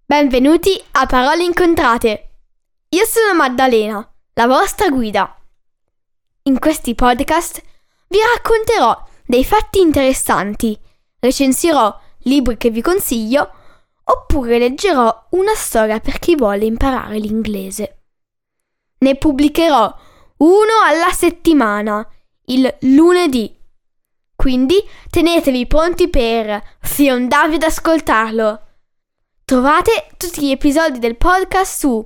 Benvenuti a Parole Incontrate. Io sono Maddalena, la vostra guida. In questi podcast vi racconterò dei fatti interessanti, recensirò libri che vi consiglio, oppure leggerò una storia per chi vuole imparare l'inglese. Ne pubblicherò uno alla settimana, il lunedì. Quindi tenetevi pronti per fiondarvi ad ascoltarlo. Trovate tutti gli episodi del podcast su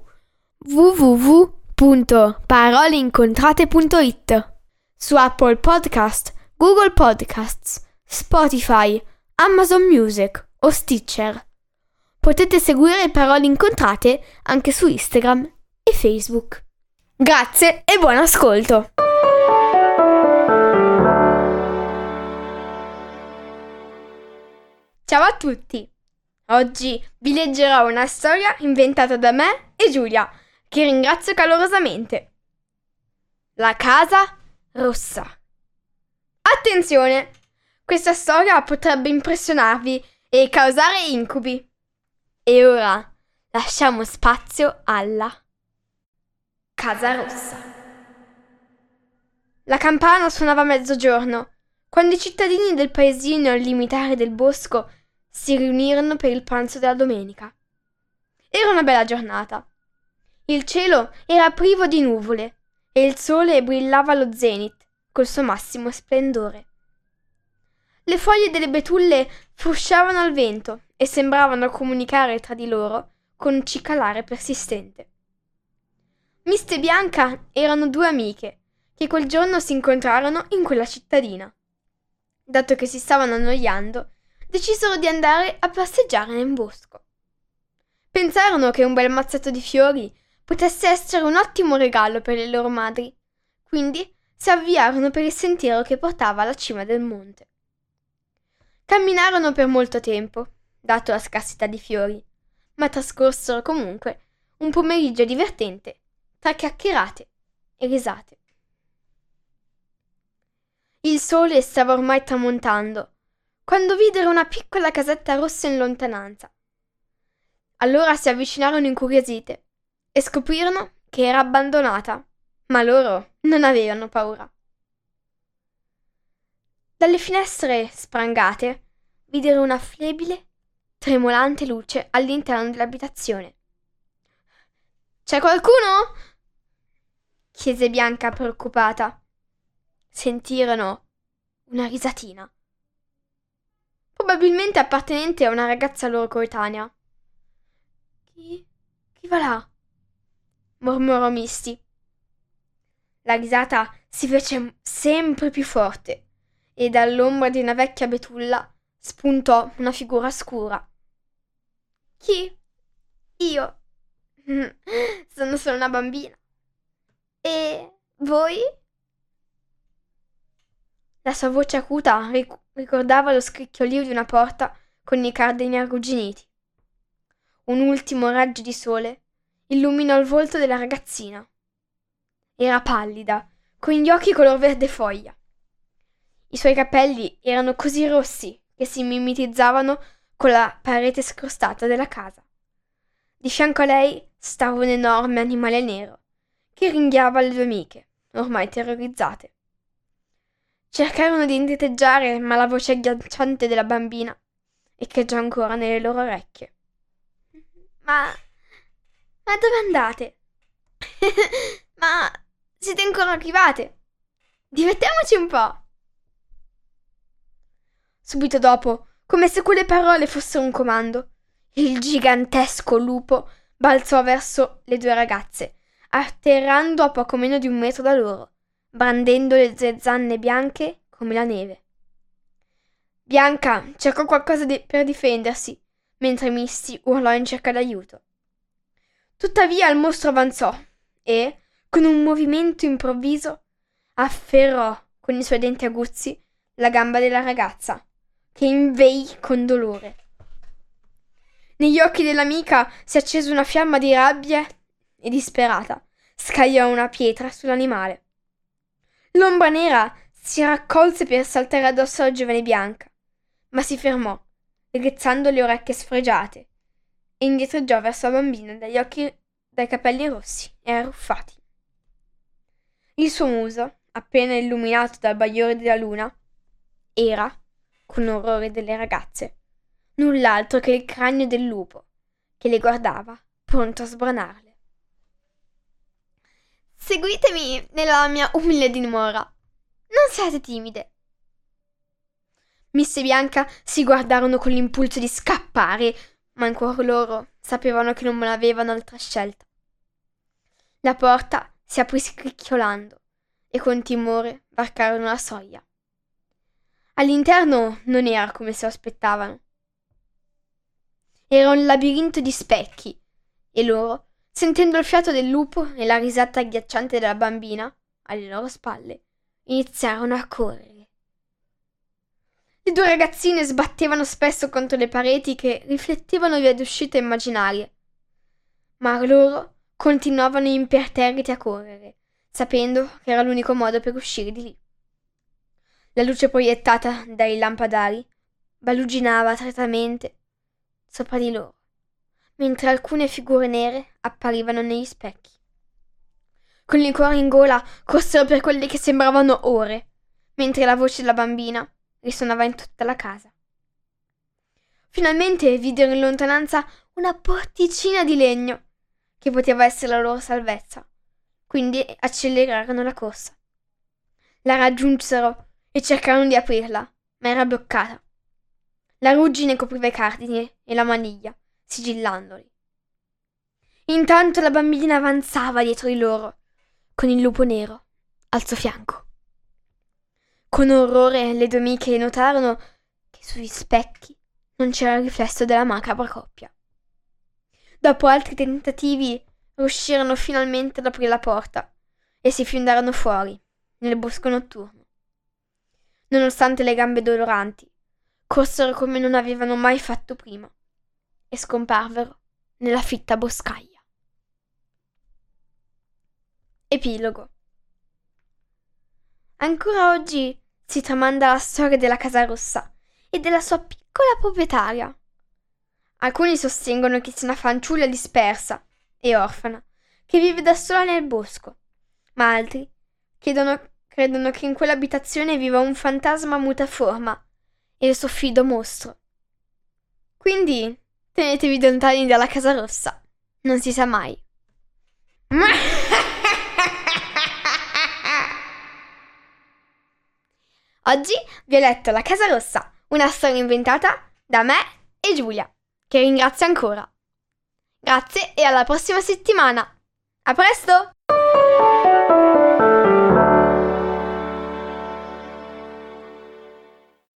www.paroleincontrate.it, su Apple Podcast, Google Podcasts, Spotify, Amazon Music o Stitcher. Potete seguire Parole Incontrate anche su Instagram e Facebook. Grazie e buon ascolto! Ciao a tutti! Oggi vi leggerò una storia inventata da me e Giulia, che ringrazio calorosamente. La casa rossa. Attenzione! Questa storia potrebbe impressionarvi e causare incubi. E ora lasciamo spazio alla Casa Rossa. La campana suonava a mezzogiorno, quando i cittadini del paesino al limitare del bosco si riunirono per il pranzo della domenica. Era una bella giornata. Il cielo era privo di nuvole e il sole brillava allo zenit col suo massimo splendore. Le foglie delle betulle frusciavano al vento e sembravano comunicare tra di loro con un cicalare persistente. Miste e Bianca erano due amiche che quel giorno si incontrarono in quella cittadina. Dato che si stavano annoiando, decisero di andare a passeggiare nel bosco. Pensarono che un bel mazzetto di fiori potesse essere un ottimo regalo per le loro madri, quindi si avviarono per il sentiero che portava alla cima del monte. Camminarono per molto tempo, dato la scarsità di fiori, ma trascorsero comunque un pomeriggio divertente tra chiacchierate e risate. Il sole stava ormai tramontando quando videro una piccola casetta rossa in lontananza. Allora si avvicinarono incuriosite e scoprirono che era abbandonata, ma loro non avevano paura. Dalle finestre sprangate videro una flebile, tremolante luce all'interno dell'abitazione. «C'è qualcuno?» chiese Bianca preoccupata. Sentirono una risatina, probabilmente appartenente a una ragazza loro coetanea. Chi va là?» mormorò Misty. La risata si fece sempre più forte e dall'ombra di una vecchia betulla spuntò una figura scura. «Chi? Io? Sono solo una bambina. E voi?» La sua voce acuta ricordava lo scricchiolio di una porta con i cardini arrugginiti. Un ultimo raggio di sole illuminò il volto della ragazzina. Era pallida, con gli occhi color verde foglia. I suoi capelli erano così rossi che si mimetizzavano con la parete scrostata della casa. Di fianco a lei stava un enorme animale nero che ringhiava le due amiche, ormai terrorizzate. Cercarono di indietreggiare, ma la voce agghiacciante della bambina echeggiò ancora nelle loro orecchie. Ma dove andate? Ma siete ancora arrivate? Divertiamoci un po'!» Subito dopo, come se quelle parole fossero un comando, il gigantesco lupo balzò verso le due ragazze, atterrando a poco meno di 1 metro da loro, brandendo le sue zanne bianche come la neve. Bianca cercò qualcosa per difendersi, mentre Misty urlò in cerca d'aiuto. Tuttavia il mostro avanzò e, con un movimento improvviso, afferrò con i suoi denti aguzzi la gamba della ragazza, che inveì con dolore. Negli occhi dell'amica si accese una fiamma di rabbia e disperata scagliò una pietra sull'animale. L'ombra nera si raccolse per saltare addosso alla giovane Bianca, ma si fermò, rizzando le orecchie sfregiate, e indietreggiò verso la bambina dai capelli rossi e arruffati. Il suo muso, appena illuminato dal bagliore della luna, era, con orrore delle ragazze, null'altro che il cranio del lupo, che le guardava, pronto a sbranarle. Seguitemi nella mia umile dimora. Non siate timide. Miss e Bianca si guardarono con l'impulso di scappare, ma in cuor loro sapevano che non avevano altra scelta. La porta si aprì scricchiolando e con timore varcarono la soglia. All'interno non era come se lo aspettavano. Era un labirinto di specchi e loro, sentendo il fiato del lupo e la risata agghiacciante della bambina alle loro spalle, iniziarono a correre. Le due ragazzine sbattevano spesso contro le pareti che riflettevano vie d'uscita immaginarie, ma loro continuavano imperterriti a correre, sapendo che era l'unico modo per uscire di lì. La luce proiettata dai lampadari baluginava tretamente sopra di loro, mentre alcune figure nere apparivano negli specchi. Con il cuore in gola corsero per quelle che sembravano ore, mentre la voce della bambina risuonava in tutta la casa. Finalmente videro in lontananza una porticina di legno che poteva essere la loro salvezza, quindi accelerarono la corsa. La raggiunsero e cercarono di aprirla, ma era bloccata. La ruggine copriva i cardini e la maniglia, sigillandoli. Intanto la bambina avanzava dietro di loro, con il lupo nero al suo fianco. Con orrore le due amiche notarono che sugli specchi non c'era il riflesso della macabra coppia. Dopo altri tentativi riuscirono finalmente ad aprire la porta e si fiondarono fuori, nel bosco notturno. Nonostante le gambe doloranti, corsero come non avevano mai fatto prima e scomparvero nella fitta boscaglia. Epilogo. Ancora oggi si tramanda la storia della Casa Rossa e della sua piccola proprietaria. Alcuni sostengono che sia una fanciulla dispersa e orfana che vive da sola nel bosco, ma altri credono che in quell'abitazione viva un fantasma mutaforma e il suo fido mostro. Quindi tenetevi lontani dalla Casa Rossa, non si sa mai. Oggi vi ho letto La Casa Rossa, una storia inventata da me e Giulia, che ringrazio ancora. Grazie e alla prossima settimana. A presto!